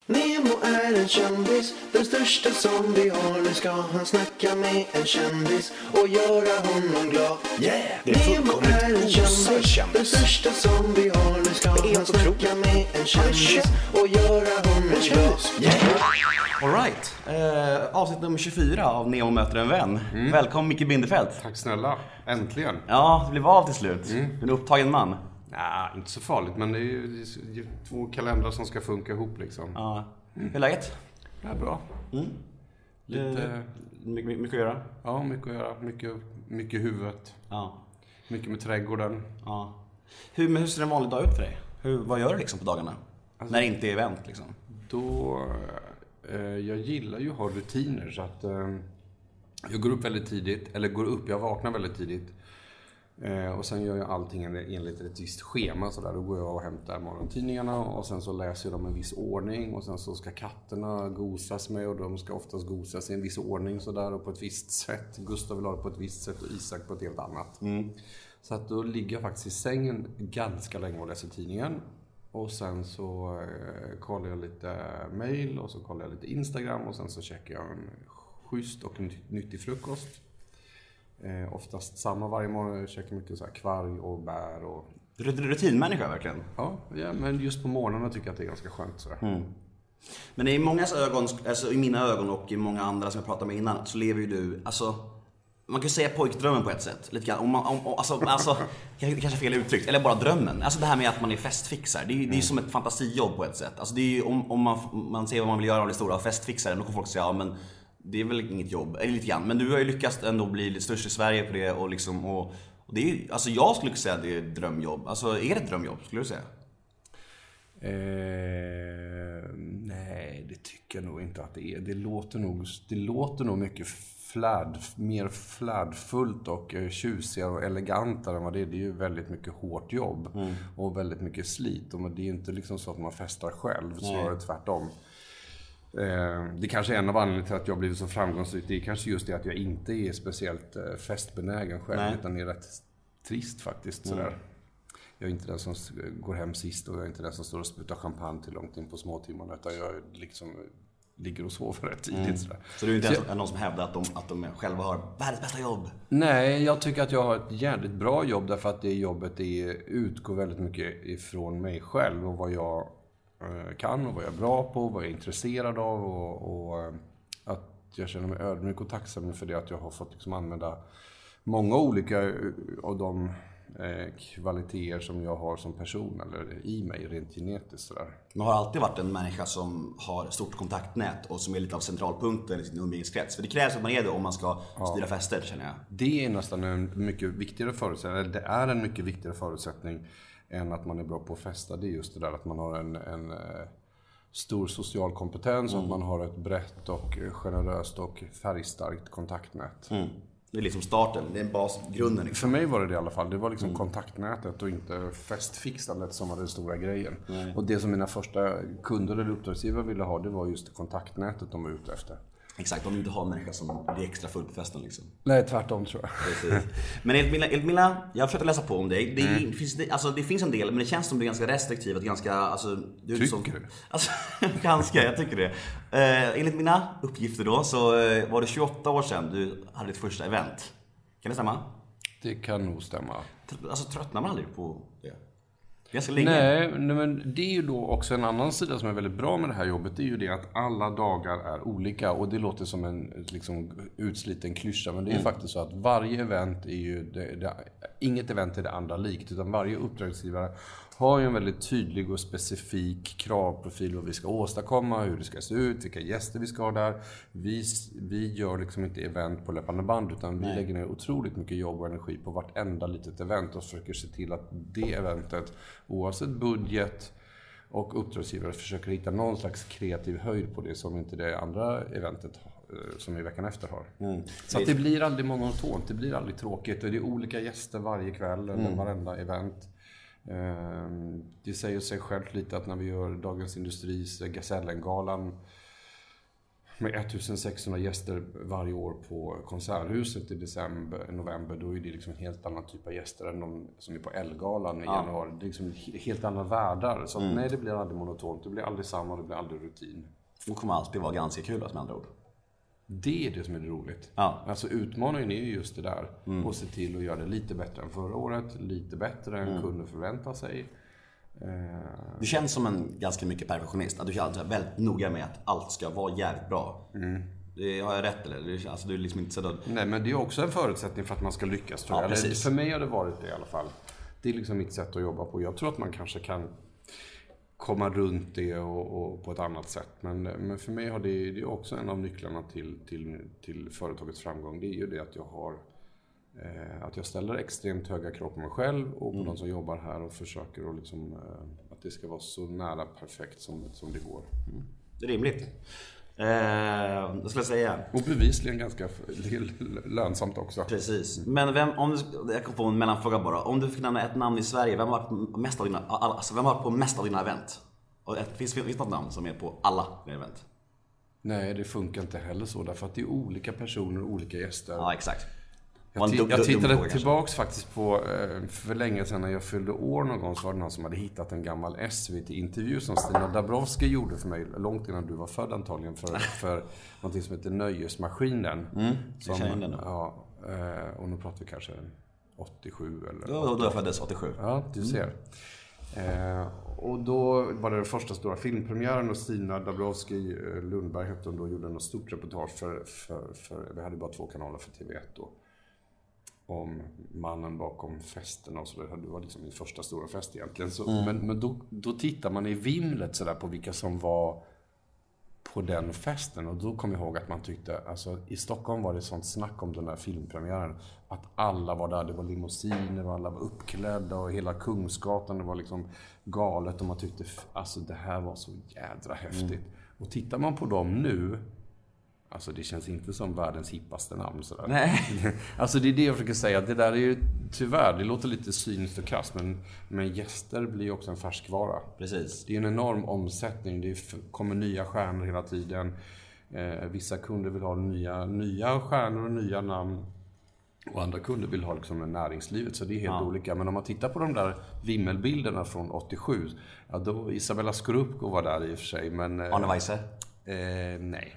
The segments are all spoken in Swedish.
Nemo är en kändis, den största som vi har. Nu ska han snacka med en kändis och göra honom glad. Yeah, det är Nemo är en kändis, den största som vi har. Nu ska han snacka med en kändis och göra honom glad. Yeah. All right. Avsnitt nummer 24 av Nemo möter en vän. Välkommen Micke Bindefeld. Tack snälla, äntligen. Ja, det blev av till slut. Du är en upptagen man. Nej, inte så farligt, men det är ju två kalendrar som ska funka ihop liksom. Ja. Hur är läget? Det är bra. Lite... Mycket att göra? Ja, mycket att göra. Mycket i huvudet. Ja. Mycket med trädgården. Ja. Hur ser en vanlig dag ut för dig? Vad gör du liksom på dagarna? Alltså, när det inte är event liksom? Jag gillar ju att ha rutiner så att jag går upp väldigt tidigt. Eller jag vaknar väldigt tidigt. Och sen gör jag allting enligt ett visst schema så där. Då går jag och hämtar morgontidningarna och sen så läser jag dem i en viss ordning och sen så ska katterna gosas med och de ska oftast gosas i en viss ordning så där och på ett visst sätt. Gustav vill ha det på ett visst sätt och Isak på ett helt annat. Så att då ligger jag faktiskt i sängen ganska länge och läser tidningen och sen så kollar jag lite mail och så kollar jag lite Instagram och sen så checkar jag en schysst och nyttig frukost. Oftast samma varje morgon. Jag käkar mycket så här kvarg och bär och... Rutinmänniska verkligen. Ja, men just på morgonen tycker jag att det är ganska skönt sådär. Men i mångas ögon, alltså i mina ögon och i många andra som jag pratade med innan, så lever ju du, alltså man kan säga pojkdrömmen på ett sätt lite grann. Alltså kanske fel uttryckt, eller bara drömmen. Alltså det här med att man är festfixare. Det är som ett fantasijobb på ett sätt. Alltså det är ju om man ser vad man vill göra av det stora festfixare, då kommer folk säga ja men det är väl inget jobb, eller lite grann. Men du har ju lyckats ändå bli lite störst i Sverige på det och liksom och det är ju, alltså jag skulle säga att det är ett drömjobb. Alltså är det ett drömjobb skulle du säga? Nej, det tycker jag nog inte att det är. Det låter nog mycket mer flärdfullt och tjusigare och elegantare än vad det är. Det är ju väldigt mycket hårt jobb och väldigt mycket slit. Och det är ju inte liksom så att man festar själv, snarare tvärtom. Det kanske är en av anledningarna till att jag blivit så framgångsrik. Det är kanske just det att jag inte är speciellt festbenägen själv. Utan det är rätt trist faktiskt sådär. Jag är inte den som går hem sist och jag är inte den som står och sprutar champagne till långt in på småtimmarna. Utan jag liksom ligger och sover rätt tidigt sådär. Så du är inte någon som hävdar att de själva har världens bästa jobb? Nej, jag tycker att jag har ett jävligt bra jobb. Därför att det jobbet utgår väldigt mycket ifrån mig själv och vad jag kan och vad jag är bra på, vad jag är intresserad av och att jag känner mig ödmjuk och tacksam för det att jag har fått liksom använda många olika av de kvaliteter som jag har som person eller i mig rent genetiskt sådär. Man har alltid varit en människa som har stort kontaktnät och som är lite av centralpunkten i sin umgängeskrets. För det krävs att man är det om man ska styra fester, känner jag. Det är nästan en mycket viktigare förutsättning, det är en mycket viktigare förutsättning än att man är bra på att festa. Det är just det där att man har en stor social kompetens och att man har ett brett och generöst och färgstarkt kontaktnät. Det är liksom starten, det är basgrunden. Liksom. För mig var det i alla fall. Det var liksom kontaktnätet och inte festfixandet som var den stora grejen. Och det som mina första kunder eller uppdragsgivare ville ha, det var just kontaktnätet de var ute efter. Exakt, de vill inte ha en människa som blir extra full på festen liksom. Nej, tvärtom tror jag. Precis. Men enligt mina, jag har försökt läsa på om dig. Det finns en del, men det känns som du är ganska restriktiv. Att ganska, alltså, du tycker du? Alltså, ganska, jag tycker det. Enligt mina uppgifter då så var det 28 år sedan du hade ditt första event. Kan det stämma? Det kan nog stämma. Alltså tröttnar man aldrig på det? Ganska länge. Nej, men det är ju då också en annan sida som är väldigt bra med det här jobbet. Det är ju det att alla dagar är olika. Och det låter som en liksom, utsliten klyscha. Men det är faktiskt så att varje event är ju... inget event är det andra likt. Utan varje uppdragsgivare har ju en väldigt tydlig och specifik kravprofil. Vad vi ska åstadkomma, hur det ska se ut, vilka gäster vi ska ha där. Vi gör liksom inte event på löpande band. Utan vi lägger ner otroligt mycket jobb och energi på vartenda litet event. Och försöker se till att det eventet... oavsett budget och uppdragsgivare försöker hitta någon slags kreativ höjd på det som inte det andra eventet som i veckan efter har. Så att det blir aldrig monotont, det blir aldrig tråkigt. Det är olika gäster varje kväll eller varenda event. Det säger sig självt lite att när vi gör Dagens Industris Gazellengalan med 1600 gäster varje år på Konserthuset i november, då är det liksom en helt annan typ av gäster än de som är på Ellegalan i januari. Det är liksom helt andra världar. Så nej, det blir aldrig monotont, det blir aldrig samma, det blir aldrig rutin. Det kommer alltid vara ganska kul med andra ord. Det är det som är roligt. Ja. Alltså utmaningen är ju just det där. Och se till att göra det lite bättre än förra året, lite bättre än kunde förvänta sig. Du känns som en ganska mycket perfektionist. Att du känns väldigt noga med att allt ska vara jävligt bra. Har jag rätt eller? Alltså, du är liksom inte så. Nej, men det är också en förutsättning för att man ska lyckas, tror jag. Precis. För mig har det varit det i alla fall. Det är liksom mitt sätt att jobba på. Jag tror att man kanske kan komma runt det och på ett annat sätt. Men för mig har det är också en av nycklarna till företagets framgång. Det är ju det att att jag ställer extremt höga krav på mig själv och på de som jobbar här och försöker att liksom, att det ska vara så nära perfekt som det går. Det är rimligt. Det skulle jag säga. Och bevisligen ganska lönsamt också. Precis. Men jag kan få en mellanfråga bara. Om du fick nämna ett namn i Sverige, vem har varit på mest av dina event? Och finns det något namn som är på alla dina event? Nej, det funkar inte heller så. Därför att det är olika personer och olika gäster. Ja, exakt. Jag tittade tillbaks faktiskt på, för länge sedan när jag fyllde år någon gång, så var det någon som hade hittat en gammal SVT-intervju som Stina Dabrowski gjorde för mig långt innan du var född antagligen, för någonting som heter Nöjesmaskinen. Jag känner den. Ja, och nu pratar vi kanske 87 eller... Då jag föddes 87. Ja, du ser. Och då var det den första stora filmpremiären och Stina Dabrowski Lundberg hette hon då, gjorde något stort reportage för vi hade bara 2 kanaler för TV1 då, om mannen bakom festerna och så där. Det var liksom min första stora fest egentligen. Så, men då tittar man i vimlet så där på vilka som var på den festen, och då kom jag ihåg att man tyckte, alltså i Stockholm var det sånt snack om den där filmpremiären, att alla var där, det var limousiner och alla var uppklädda och hela Kungsgatan, det var liksom galet, och man tyckte alltså det här var så jädra häftigt. Och tittar man på dem nu, alltså det känns inte som världens hippaste namn sådär. Nej. Alltså det är det jag försöker säga. Det där är ju tyvärr, det låter lite cyniskt och krasst, men gäster blir ju också en färskvara. Precis. Det är en enorm omsättning. Det kommer nya stjärnor hela tiden. Vissa kunder vill ha nya stjärnor och nya namn. Och andra kunder vill ha liksom näringslivet, så det är helt olika. Men om man tittar på de där vimmelbilderna från 87, ja då Isabella Scorupco var där i och för sig. Men Arne Weise? Nej.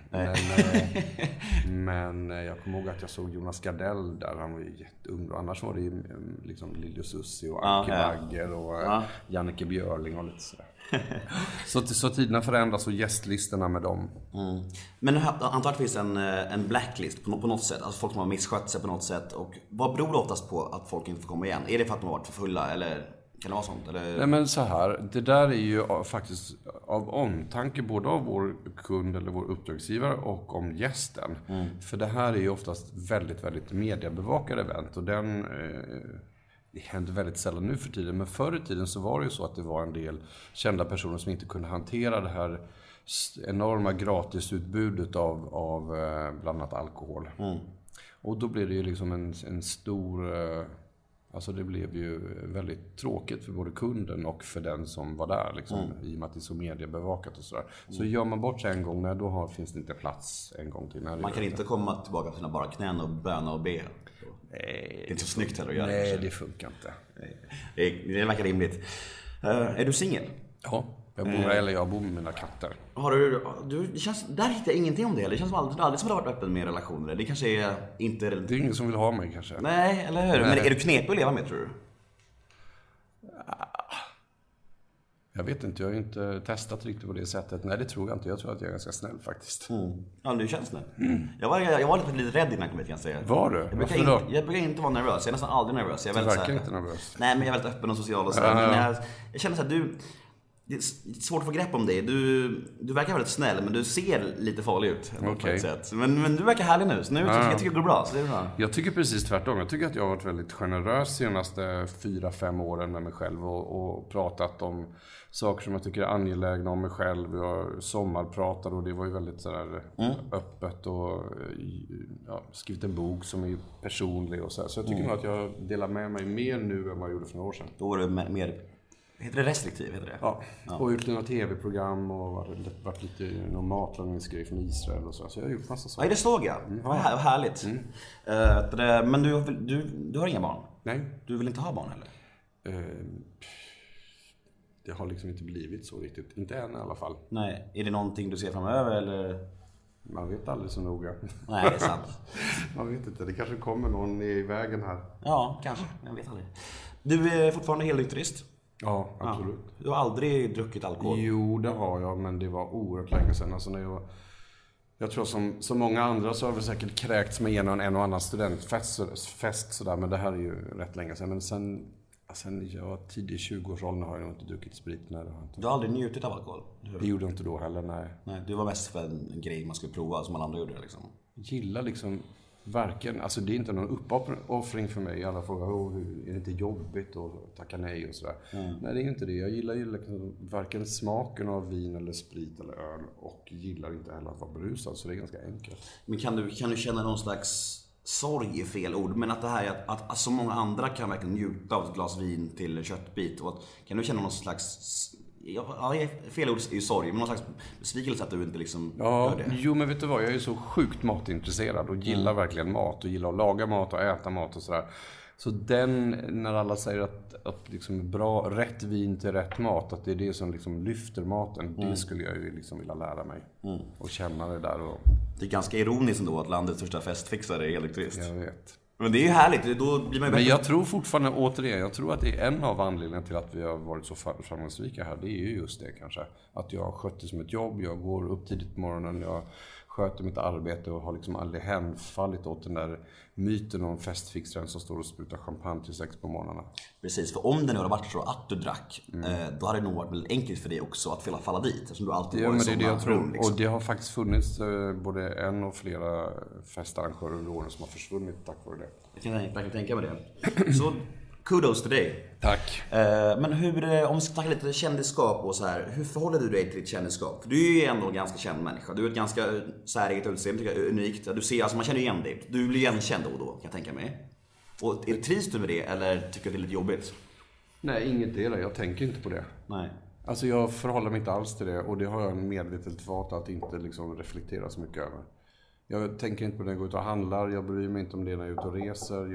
Men jag kommer ihåg att jag såg Jonas Gardell där, han var ju jätteung. Annars var det ju liksom Lili Susi och Anke Bagger och Jannike Björling och lite sådär. Så tiderna förändras och gästlistorna med dem. Men antar att det finns en blacklist på något sätt, alltså folk som har misskött sig på något sätt. Och vad beror det oftast på att folk inte får komma igen? Är det för att de har varit för fulla eller... Kan det vara sånt? Eller? Nej, men så här, det där är ju faktiskt av omtanke både av vår kund eller vår uppdragsgivare och om gästen. För det här är ju oftast väldigt, väldigt mediebevakade event, och det händer väldigt sällan nu för tiden. Men förr i tiden så var det ju så att det var en del kända personer som inte kunde hantera det här enorma gratisutbudet av bland annat alkohol. Och då blev det ju liksom en stor... Alltså det blev ju väldigt tråkigt för både kunden och för den som var där liksom, i och med att det är så mediebevakat och sådär. Så gör man bort sig en gång, då finns det inte plats en gång till. Man kan inte komma tillbaka till sina bara knän och böna och be. Nej, det är inte så snyggt heller att göra. Nej, det funkar inte. Det verkar rimligt. Är du singel? Ja, jag bor med mina katter. Har det känns, där hittar jag ingenting om det. Det känns som aldrig som du har varit öppen med relationer. Det kanske är inte... Det är ingen som vill ha mig kanske. Nej, eller hur? Nej. Men är du knepig att leva med, tror du? Jag vet inte, jag har ju inte testat riktigt på det sättet. Nej, det tror jag inte. Jag tror att jag är ganska snäll faktiskt. Ja, du känns snäll. Jag var lite rädd innan jag kom hit, kan jag säga. Var du? Jag brukar inte vara nervös. Jag är nästan aldrig nervös. Jag är väldigt, verkar inte nervös. Nej, men jag är väldigt öppen och social och så. Men jag känner så här, det är svårt att få grepp om dig. Du verkar väldigt snäll, men du ser lite farlig ut på ett sätt. Men du verkar härlig nu, så jag tycker det går bra, så det är bra. Jag tycker precis tvärtom. Jag tycker att jag har varit väldigt generös de senaste 4-5 åren med mig själv och pratat om saker som jag tycker är angelägna om mig själv. Jag sommarpratade och det var ju väldigt sådär öppet, och skrivit en bok som är personlig och så. Så jag tycker nog att jag delar med mig mer nu än vad jag gjorde för några år sedan. Då var det mer Heter det restriktiv? Heter det? Ja, och gjort några tv-program och varit lite någon matlagningsgrej från Israel och så jag har gjort massa saker. Ja, det såg jag. Vad härligt. Men du har inga barn? Nej. Du vill inte ha barn heller? Det har liksom inte blivit så riktigt. Inte än i alla fall. Nej. Är det någonting du ser framöver eller? Man vet aldrig så noga. Nej, det är sant. Man vet inte. Det kanske kommer någon i vägen här. Ja, kanske. Jag vet aldrig. Du är fortfarande helnykterist? Ja, absolut. Ja. Du har aldrig druckit alkohol? Jo, det har jag. Men det var oerhört länge sedan. Alltså när jag tror som många andra så har jag säkert kräkts med en och annan studentfest sådär. Men det här är ju rätt länge sedan. Men sen jag var tidig 20-årsåldern har jag nog inte druckit sprit. Nej, det har jag inte. Du har aldrig njutit av alkohol? Det gjorde jag inte då heller, nej. Det var mest för en grej man skulle prova som alla andra gjorde liksom. Jag gillar liksom varken, alltså det är inte någon uppoffring för mig. Alla frågar, är det inte jobbigt att tacka nej och sådär. Nej, det är inte det. Jag gillar ju liksom varken smaken av vin eller sprit eller öl och gillar inte heller att vara berusad, så det är ganska enkelt. Men kan du känna någon slags sorg är fel ord, men att det här är att så många andra kan verkligen njuta av ett glas vin till en köttbit, och kan du känna någon slags, fel ord är ju sorg, men någon slags besvikelse att du inte liksom gör det? Jo, men vet du vad, jag är så sjukt matintresserad och gillar verkligen mat och gillar att laga mat och äta mat och sådär. Så när alla säger att liksom bra, rätt vin till rätt mat, att det är det som liksom lyfter maten, det skulle jag ju liksom vilja lära mig och känna det där. Och... Det är ganska ironiskt ändå att landets största festfixare är helnykterist. Jag vet. Men det är ju härligt, då blir man ju. Men jag tror fortfarande, återigen, jag tror att det är en av anledningarna till att vi har varit så framgångsrika här. Det är ju just det kanske. Att jag har skött det som ett jobb, jag går upp tidigt på morgonen, jag sköter mitt arbete och har liksom aldrig hemfallit åt den där myten om festfixaren som står och sprutar champagne till 6 på morgnarna. Precis, för om det nu hade varit så att du drack, då hade det nog varit väldigt enkelt för dig också att falla dit. Eftersom du alltid var i sådana jag tror. liksom. Och det har faktiskt funnits både en och flera festarrangörer under åren som har försvunnit tack vare det. Jag kan verkligen tänka mig det. Så kudos till dig. Tack. Men om vi ska snacka lite kändisskap och så här, hur förhåller du dig till ditt kändisskap? För du är ju ändå en ganska känd människa. Du är ett ganska säreget utseende, tycker jag, unikt. Du ser, alltså man känner igen dig. Du blir igenkänd då, kan jag tänka mig. Och trivs du med det, eller tycker du det är lite jobbigt? Nej, inget del. Jag tänker inte på det. Nej. Alltså jag förhåller mig inte alls till det, och det har jag en medvetet valt att inte liksom reflektera så mycket över. Jag tänker inte på det när jag går ut och handlar, jag bryr mig inte om det när jag är ute och reser.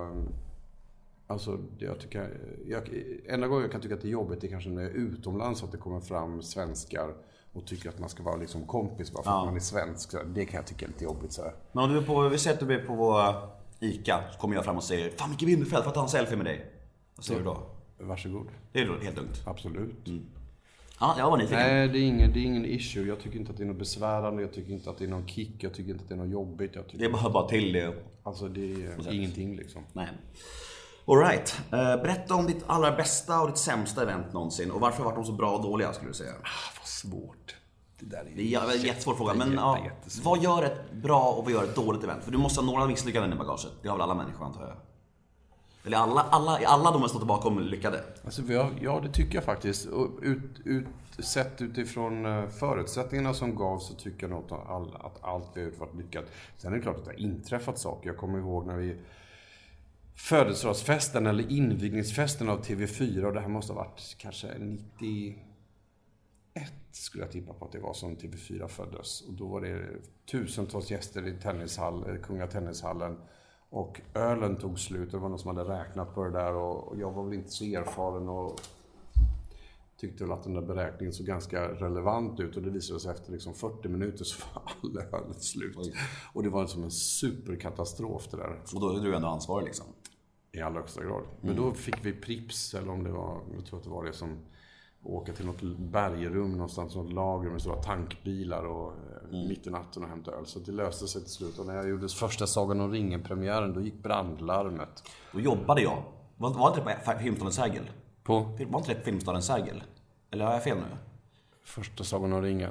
Enda gången jag kan tycka att det är jobbigt är kanske när jag är utomlands, att det kommer fram svenskar och tycker att man ska vara liksom kompis bara för att man är svensk. Så det kan jag tycka är lite jobbigt. Så här. Men om vi säger att du är på ICA, så kommer jag fram och säger, fan Micke Bindefeld, för att ta en selfie med dig. Vad säger du då? Varsågod. Det är helt lugnt. Absolut. Ja, jag var nyfiken. Nej, det är ingen issue. Jag tycker inte att det är något besvärande. Jag tycker inte att det är någon kick. Jag tycker inte att det är något jobbigt. Det är bara till det. Alltså det är ingenting liksom. Nej. All right. Berätta om ditt allra bästa och ditt sämsta event någonsin. Och varför har de så bra och dåliga, skulle du säga? Vad svårt. Det är en jättesvår fråga. Men vad gör ett bra och vad gör ett dåligt event? För du måste ha några misslyckanden i bagaget. Det har väl alla människor, antar jag. Eller alla de har stått bakom lyckade. Alltså, ja, det tycker jag faktiskt. Sett utifrån förutsättningarna som gavs, så tycker jag nog att allt vi har gjort varit lyckat. Sen är det klart att det har inträffat saker. Jag kommer ihåg när vi födelsedagsfesten eller invigningsfesten av TV4, och det här måste ha varit kanske 91 skulle jag tippa på att det var som TV4 föddes. Och då var det tusentals gäster i Kunga Tennishallen. Och ölen tog slut. Det var någon som hade räknat på det där. Och jag var väl inte så erfaren och tyckte väl att den där beräkningen såg ganska relevant ut. Och det visade sig efter liksom 40 minuter så var alla ölet slut. Oj. Och det var som en superkatastrof det där. Och då är du ändå ansvarig liksom? I allra högsta grad. Men då fick vi Prips, eller om det var, jag tror att det var det som... åka till något bergrum någonstans, något lager med stora tankbilar och mitt i natten och hämta öl. Så det löste sig till slut. Och när jag gjorde första Sagan om ringen-premiären, då gick brandlarmet. Då jobbade jag. Var inte det på Filmstadens Sergel? Var inte det på Filmstadens Sergel? Eller har jag fel nu? Första Sagan om ringen.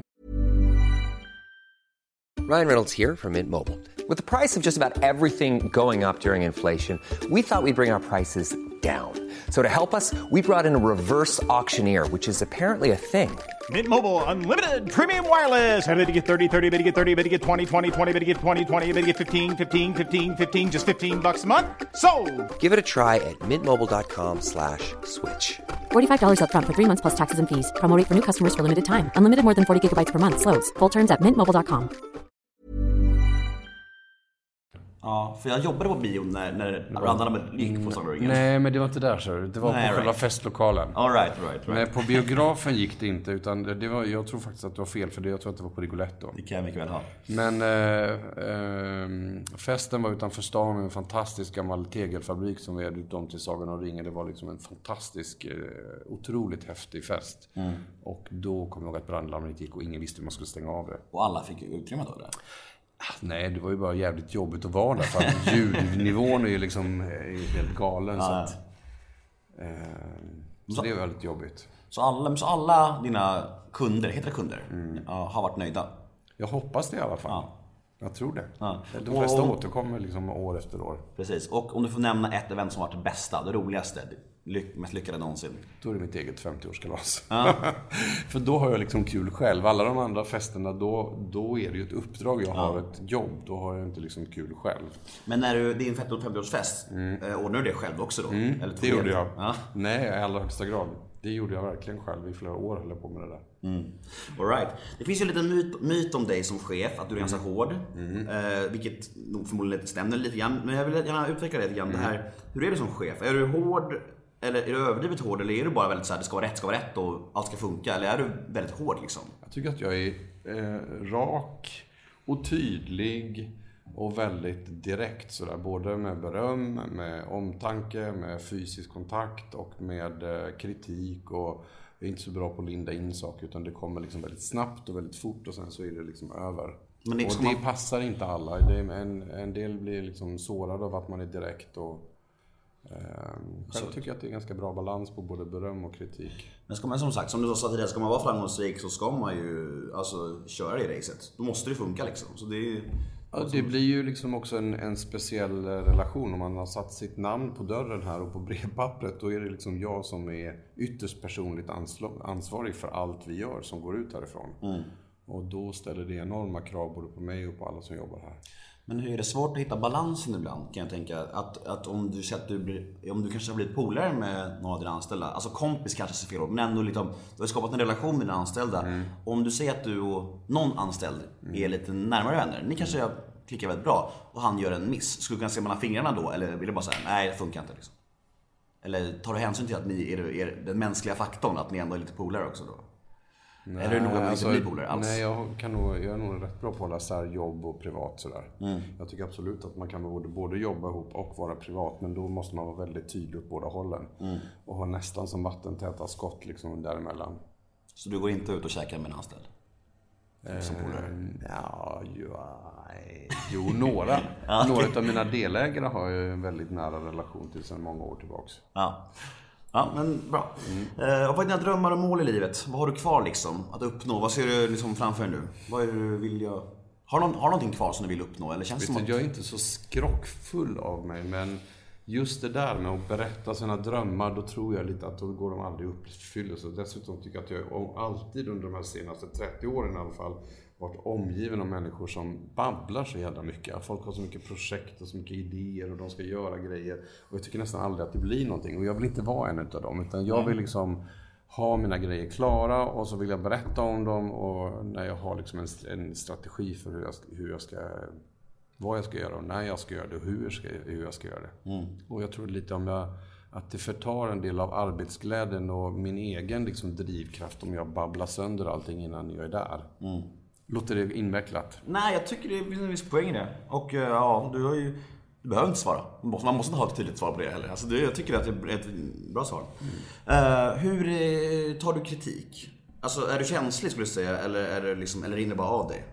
Ryan Reynolds here from Mint Mobile. With the price of just about everything going up during inflation, we thought we'd bring our prices down. So to help us, we brought in a reverse auctioneer, which is apparently a thing. Mint Mobile Unlimited Premium Wireless. How to get 30, 30, bit to get 30, bit to get 20, 20, 20, bit to get 20, 20, bit to get 15, 15, 15, 15, just $15 a month? Sold! Give it a try at mintmobile.com/switch. $45 up front for 3 months plus taxes and fees. Promo rate for new customers for limited time. Unlimited more than 40 gigabytes per month. Slows full terms at mintmobile.com. Ja, för jag jobbade på bio när randarna gick på Sagan om ringen. Nej, men det var inte där så. Det var på själva festlokalen. All right. Men på biografen gick det inte, utan det var, jag tror faktiskt att det var fel, för jag tror att det var på Rigoletto. Det kan jag mycket väl ha. Men festen var utanför stan med en fantastisk gammal tegelfabrik som vi hade ut om till Sagan om ringen. Det var liksom en fantastisk, otroligt häftig fest. Och då kom jag ihåg att brandlarmet gick och ingen visste hur man skulle stänga av det. Och alla fick utrymme då där? Nej, det var ju bara jävligt jobbigt att vara där, för att ljudnivån är ju liksom helt galen. Så det är väldigt jobbigt. Så alla dina kunder, heter det kunder, har varit nöjda? Jag hoppas det i alla fall. Ja. Jag tror det. Ja. De flesta återkommer liksom år efter år. Precis. Och om du får nämna ett event som varit det bästa, det roligaste, mest lyckade någonsin. Då är det mitt eget 50-årskalas. Ja. För då har jag liksom kul själv. Alla de andra festerna, då är det ju ett uppdrag. Jag har ett jobb. Då har jag inte liksom kul själv. Men när du, din 50-årsfest, ordnar du det själv också då? Eller det gjorde jag. Ja. Nej, i allra högsta grad. Det gjorde jag verkligen själv. I flera år höll jag på med det där. All right. Det finns ju en liten myt om dig som chef, att du är ganska hård. Vilket nog förmodligen inte stämmer lite grann. Men jag vill gärna utveckla det lite grann. Det här, hur är du som chef? Är du hård, eller är du överdrivet hård? Eller är du bara väldigt så här, det ska vara rätt och allt ska funka? Eller är du väldigt hård liksom? Jag tycker att jag är rak och tydlig och väldigt direkt sådär, både med beröm, med omtanke, med fysisk kontakt och med kritik. Och jag är inte så bra på att linda in saker, utan det kommer liksom väldigt snabbt och väldigt fort och sen så är det liksom över. Men det, och det passar inte alla. En del blir liksom sårade av att man är direkt och själv tycker jag att det är ganska bra balans på både beröm och kritik. Men ska man, som sagt, som du sa tidigare, ska man vara framgångsrik så ska man ju köra det i racet. Då måste det funka liksom. Så det är ju... Ja, det blir ju liksom också en speciell relation. Om man har satt sitt namn på dörren här och på brevpappret, då är det liksom jag som är ytterst personligt ansvarig för allt vi gör som går ut härifrån. Och då ställer det enorma krav både på mig och på alla som jobbar här. Men hur är det svårt att hitta balansen ibland, kan jag tänka? Att om du kanske har blivit polare med några av dina anställda, alltså kompis kanske ser fel ord, men ändå liksom, du har skapat en relation med dina anställda. Om du ser att du och någon anställd är lite närmare vänner, ni kanske klickar väldigt bra och han gör en miss, skulle du kunna se mellan fingrarna då? Eller vill du bara säga, nej det funkar inte liksom? Eller tar du hänsyn till att ni är den mänskliga faktorn, att ni ändå är lite polare också då? Nej, eller är du nog inte bli polare alls? Nej, jag är nog rätt bra på att hålla isär jobb och privat sådär. Jag tycker absolut att man kan både jobba ihop och vara privat, men då måste man vara väldigt tydlig åt båda hållen. Och ha nästan som vattentäta skott liksom däremellan. Så du går inte ut och käkar med en anställd? Som polare? Jo, några. Några av mina delägare har ju en väldigt nära relation till sedan många år tillbaks. Ja, men bra. Vad är dina drömmar och mål i livet? Vad har du kvar liksom att uppnå? Vad ser du liksom framför dig nu? Vad är det du vill göra? Har någonting kvar som du vill uppnå? Eller känns det som att... Jag är inte så skrockfull av mig, men just det där med att berätta sina drömmar, då tror jag lite att då går de aldrig uppfyllelse. Dessutom tycker jag att jag alltid under de här senaste 30 åren i alla fall varit omgiven av människor som babblar så jävla mycket. Folk har så mycket projekt och så mycket idéer och de ska göra grejer. Och jag tycker nästan aldrig att det blir någonting. Och jag vill inte vara en utav dem, utan jag vill liksom ha mina grejer klara och så vill jag berätta om dem. Och när jag har liksom en strategi för vad jag ska göra och när jag ska göra det och hur jag ska göra det. Och jag tror lite att det förtar en del av arbetsglädjen och min egen liksom drivkraft om jag babblar sönder allting innan jag är där. Låter det invecklat? Nej, jag tycker det finns en viss poäng i det. Och du behöver inte svara. Man måste inte ha ett tydligt svar på det heller. Alltså, jag tycker att det är ett bra svar. Hur tar du kritik? Alltså, är du känslig skulle du säga? Eller rinner det bara av dig?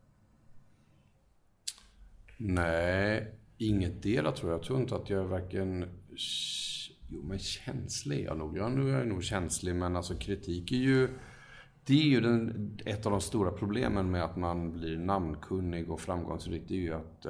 Nej, inget del tror jag. Jag tror inte att jag är varken... Jo, men känslig är jag nog. Nu är jag nog känslig, men alltså kritik är ju... Det är ju ett av de stora problemen med att man blir namnkunnig och framgångsrik. Det är ju att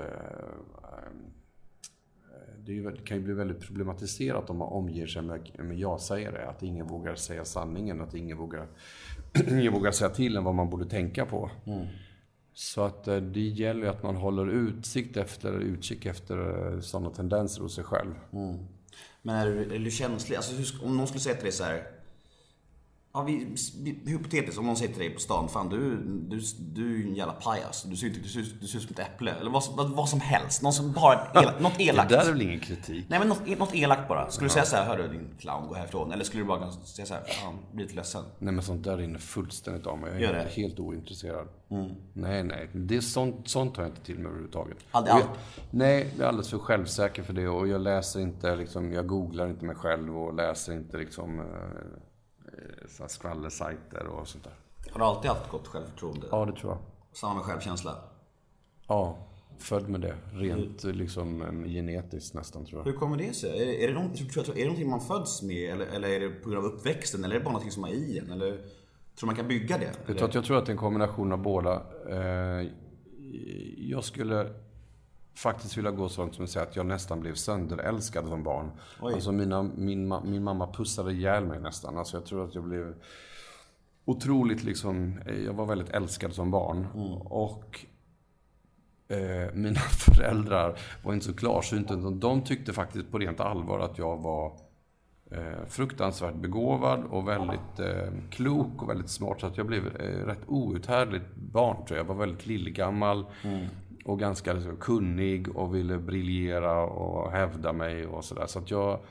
det kan ju bli väldigt problematiserat om man omger sig med ja-sägare. Att ingen vågar säga sanningen, att ingen vågar ingen vågar säga till en vad man borde tänka på. Så att det gäller ju att man håller utkik efter sådana tendenser hos sig själv. Men är du känslig? Alltså, om någon skulle säga till dig så här... Ja, hypotetiskt, om någon säger till dig på stan, fan du är en jävla pajas, du ser ut som ett äpple, eller vad som helst, någon som bara något elakt. Det där är väl ingen kritik? Nej, men något elakt bara. Skulle du säga så här, hörru din clown, gå härifrån, eller skulle du bara säga så här, fan, blir lite ledsen? Nej, men sånt där rinner fullständigt av mig. Jag är helt ointresserad. Nej, det är sånt tar jag inte till mig överhuvudtaget. Nej, jag är alldeles för självsäker för det, och jag läser inte liksom, jag googlar inte mig själv och läser inte liksom skvallersajter och sånt där. Har du alltid haft gott självförtroende? Ja, det tror jag. Samma med självkänsla? Ja, född med det. Rent liksom genetiskt nästan, tror jag. Hur kommer det sig? Är det någonting man föds med? Eller är det på grund av uppväxten? Eller är det bara någonting som är i en? Eller tror man kan bygga det? Jag tror att det är en kombination av båda. Jag skulle faktiskt vilja gå så långt som att säga att jag nästan blev sönderälskad som barn. Alltså min mamma pussade ihjäl mig nästan. Alltså jag tror att jag blev otroligt liksom, jag var väldigt älskad som barn. Och mina föräldrar var inte så klarsynta. De tyckte faktiskt på rent allvar att jag var fruktansvärt begåvad och väldigt klok och väldigt smart. Så att jag blev rätt outhärdligt barn, tror jag. Jag var väldigt lillgammal. Och ganska liksom kunnig och ville briljera och hävda mig och sådär. Så att jag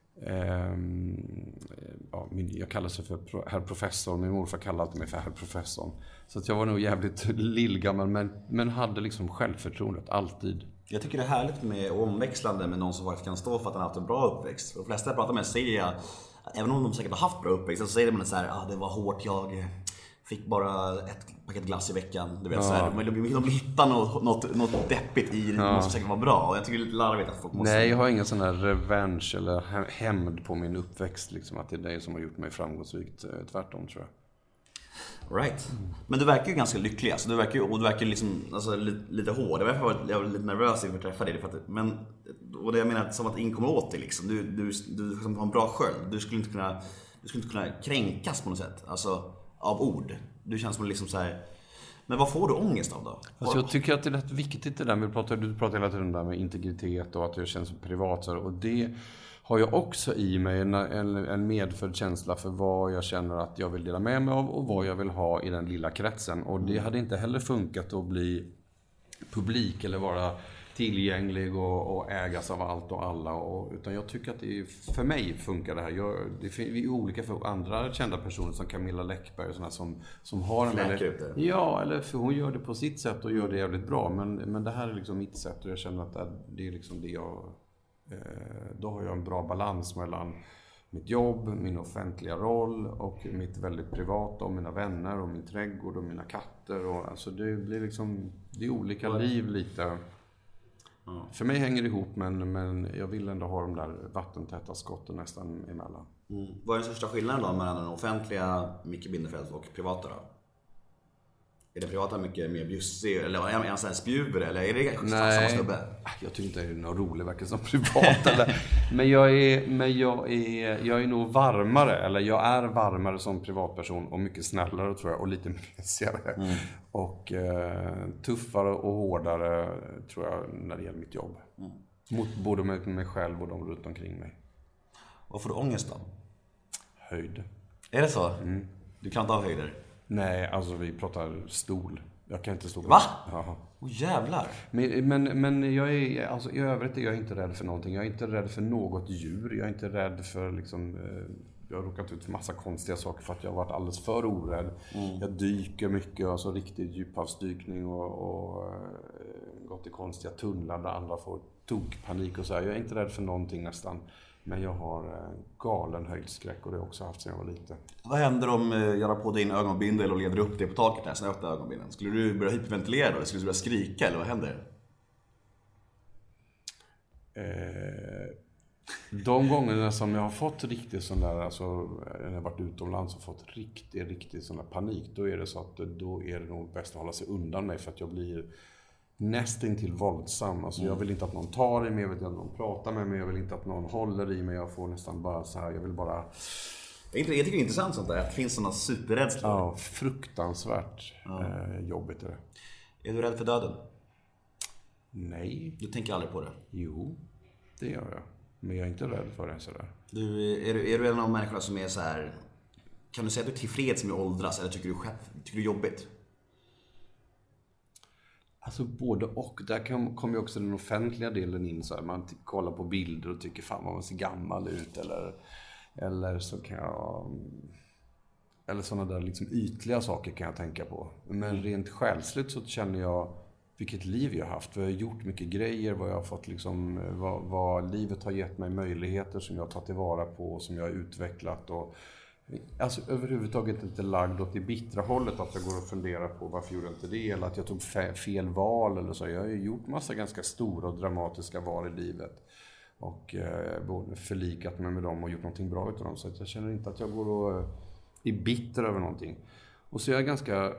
kallade sig för herr professor. Min morfar kallade mig för herr professor. Så att jag var nog jävligt lillgammal, men hade liksom självförtroendet alltid. Jag tycker det är härligt med omväxlande med någon som faktiskt kan stå för att han har haft en bra uppväxt. De flesta jag pratar med säger jag, även om de säkert har haft bra uppväxt, så säger de så här, det var hårt, jag fick bara ett paket glass i veckan, du vet, så här, de blir hitta något deppigt i något som säkert var bra, och jag tycker det är lite larvigt att folk måste... Nej, jag har ingen sån här revenge eller hämnd på min uppväxt liksom, att det är det som har gjort mig framgångsrikt, tvärtom, tror jag. Right. Men du verkar ju ganska lycklig, alltså, du verkar liksom, alltså, lite hård. Jag var lite nervös inför att träffa dig, och det jag menar som att inkomma åt dig liksom. Du har en bra sköld. Du skulle inte kunna kränkas på något sätt, alltså av ord. Du känns som liksom så här. Men vad får du ångest av då? Alltså jag tycker att det är rätt viktigt det där med, du pratar hela tiden där med integritet och att jag känns privat, och det har jag också i mig en medfödd känsla för vad jag känner att jag vill dela med mig av och vad jag vill ha i den lilla kretsen. Och det hade inte heller funkat att bli publik eller vara tillgänglig och ägas av allt och alla. Utan jag tycker att för mig funkar det här. Det är olika för andra kända personer som Camilla Läckberg och sådana som har en... Ja, eller för hon gör det på sitt sätt och gör det jävligt bra. Men det här är liksom mitt sätt, och jag känner att det är liksom det jag... Då har jag en bra balans mellan mitt jobb, min offentliga roll och mitt väldigt privata, och mina vänner och min trädgård och mina katter, och alltså det blir liksom, det är olika liv lite. För mig hänger det ihop, men jag vill ändå ha de där vattentäta skotten nästan emellan. Vad är den största skillnaden då mellan den offentliga Micke Bindefeldt och privata då? Är det privata mycket mer bjussig, eller är han sån här spjuver, eller är det samma snubbe? Jag tycker inte det är något roligt verkligen som privat eller, men jag är nog varmare, eller jag är varmare som privatperson och mycket snällare, tror jag, och lite mesigare och tuffare och hårdare, tror jag, när det gäller mitt jobb. Mot både mig själv och de runt omkring mig. Vad får du ångest då? Höjd. Är det så? Du kan inte ha höjder? Nej, alltså vi pratar stol. Jag kan inte stå på. Va? Ja. Jävlar. Men jag är, alltså i övrigt är jag inte rädd för någonting. Jag är inte rädd för något djur. Jag är inte rädd för liksom... Jag har råkat ut för massa konstiga saker för att jag har varit alldeles för orädd. Jag dyker mycket, alltså riktigt djuphavsdykning och gått i konstiga tunnlar där andra får tokpanik och så här. Jag är inte rädd för någonting nästan. Men jag har galen höjdskräck, och det har jag också haft sedan jag var liten. Vad händer om jag har på din ögonbindel och leder upp det på taket där, sen öppnar ögonbindeln? Skulle du börja hyperventilera då? Eller skulle du börja skrika, eller vad händer? De gångerna som jag har fått riktigt sån där, alltså när jag har varit utomlands och fått riktigt sån där panik, då är det så att då är det nog bäst att hålla sig undan mig, för att jag blir nästintill våldsam. Alltså jag vill inte att någon tar i mig, jag vill inte att någon pratar med mig, jag vill inte att någon håller i mig, jag får nästan bara så här, jag vill bara... Jag tycker det är intressant sånt där. Att det finns sådana superrädslor. Ja, fruktansvärt jobbigt är det. Är du rädd för döden? Nej. Du tänker aldrig på det? Jo, det gör jag. Men jag är inte rädd för det sådär. Är du en av de människorna som är så här? Kan du säga att du är tillfreds med att åldras? Eller tycker du det är jobbigt? Alltså både och. Där kommer ju också den offentliga delen in. Så här. Man kollar på bilder och tycker fan man ser gammal ut. Eller så kan jag... Eller sådana där liksom ytliga saker kan jag tänka på. Men rent själsligt så känner jag vilket liv jag har haft. Vad jag har gjort mycket grejer. Vad jag har fått liksom... Vad livet har gett mig möjligheter som jag har tagit tillvara på. Som jag har utvecklat och... Alltså överhuvudtaget inte lagd åt det bittra hållet att jag går och funderar på varför gjorde jag inte det eller att jag tog fel val eller så. Jag har ju gjort massa ganska stora och dramatiska val i livet och både förlikat mig med dem och gjort någonting bra utav dem, så att jag känner inte att jag går och är bitter över någonting. Och så är jag ganska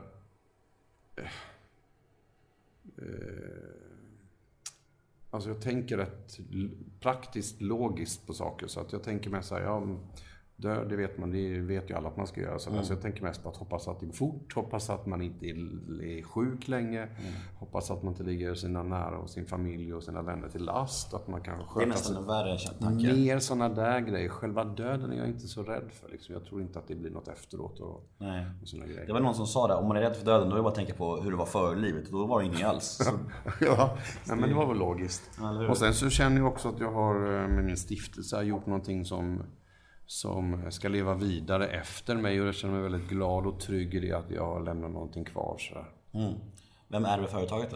alltså jag tänker rätt praktiskt logiskt på saker, så att jag tänker mig så här, ja, det vet man, det vet ju alla att man ska göra. Så jag tänker mest på att hoppas att det går fort, hoppas att man inte är sjuk länge, hoppas att man inte ligger sina nära och sin familj och sina vänner till last, att man kan sköta. Det är nästan en värre tanke. Mer sådana där grejer. Själva döden är jag inte så rädd för. Liksom. Jag tror inte att det blir något efteråt och såna grejer. Det var någon som sa det, om man är rädd för döden då är det bara att tänka på hur det var för livet. Och då var det inget alls. Så... ja, nej, men det var väl logiskt. Och sen så känner jag också att jag har med min stiftelse gjort någonting som ska leva vidare efter mig, och jag känner mig väldigt glad och trygg i det att jag har lämnat någonting kvar. Vem är det med företaget då?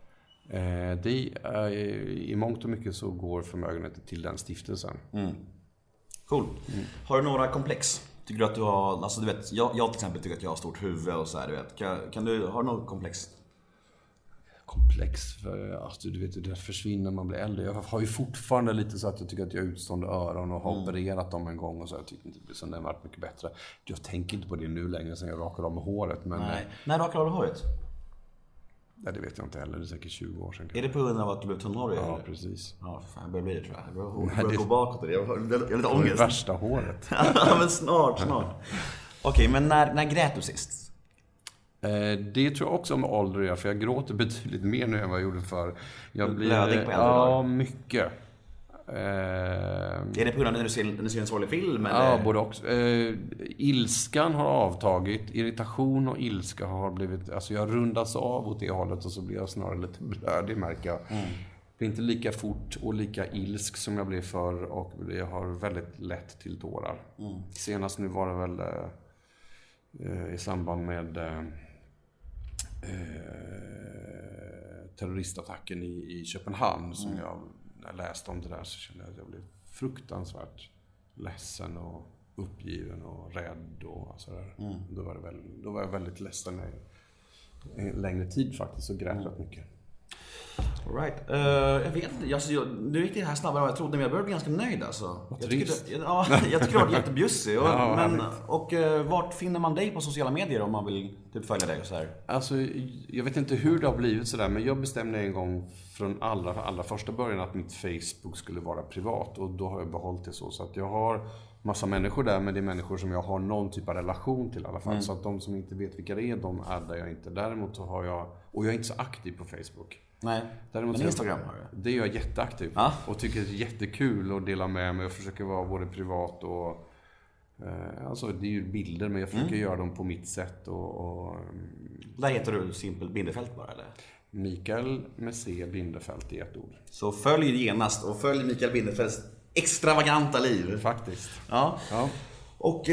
I mångt och mycket så går förmögenheten till den stiftelsen. Cool. Har du några komplex? Tycker du att du har, alltså du vet, jag till exempel tycker att jag har stort huvud och så här, du vet. Har du något komplex? För alltså, du vet, det försvinner när man blir äldre. Jag har ju fortfarande lite så att jag tycker att jag har utstående öron och har opererat dem en gång och så. Jag tycker inte det har varit mycket bättre. Jag tänker inte på det nu längre sen jag rakade av med håret. Men... Nej. När rakade du av håret? Nej, det vet jag inte heller. Det är säkert 20 år sedan. Är det på grund av att du blev tunnhårig? Ja, precis. Ja, fan, jag börjar bli det tror jag. Jag börjar gå bakåt. Jag har lite ångest. Det värsta håret. Ja, men snart. Okej, men när grät du sist? Det tror jag också om ålder, för jag gråter betydligt mer nu än vad jag gjorde för. Jag blir blödig på äldre dagar? Mycket. Är det på grund av när du ser en sorglig film? Eller? Ja, både också. Ilskan har avtagit. Irritation och ilska har blivit... Alltså jag rundas av åt det hållet och så blir jag snarare lite blödig, märker jag. Det är inte lika fort och lika ilsk som jag blev förr, och jag har väldigt lätt till tårar. Senast nu var det väl i samband med terroristattacken i Köpenhamn som när jag läste om det där så kände jag att jag blev fruktansvärt ledsen och uppgiven och rädd och sådär. Då var jag väldigt ledsen en längre tid faktiskt och grät rätt mycket. All right. Jag vet inte, nu gick det här snabbare än jag trodde, men jag började bli ganska nöjd alltså. Jag tycker det var jättebjussig. Och vart finner man dig på sociala medier om man vill typ följa dig och så här? Alltså, jag vet inte hur det har blivit sådär, men jag bestämde en gång från allra första början att mitt Facebook skulle vara privat, och då har jag behållit det så att jag har massa människor där, men det är människor som jag har någon typ av relation till i alla fall. Så att de som inte vet vilka det är, de addar jag inte. Däremot så har jag, och jag är inte så aktiv på Facebook. Nej, däremot men Instagram har du? Det är jag jätteaktiv och tycker det är jättekul att dela med mig och försöker vara både privat och alltså det är ju bilder, men jag försöker göra dem på mitt sätt och där heter du Simpel Bindefält bara, eller? Mikael med C Bindefält i ett ord. Så följ genast och följ Mikael Bindefelds extravaganta liv. Faktiskt. Ja. Och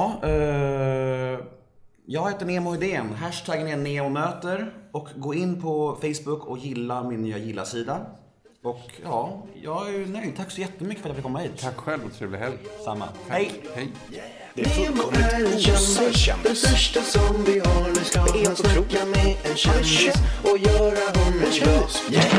jag heter Nemo Idén. Hashtaggen är NEMOMÖTER. Och gå in på Facebook och gilla min nya gilla-sida. Och jag är nöjd. Tack så jättemycket för att jag fick komma hit. Tack själv och trevlig helg. Samma. Hej. Det är fullkomligt osökt. Den största som vi har. Nu ska han snacka med en kändis och göra honom glad.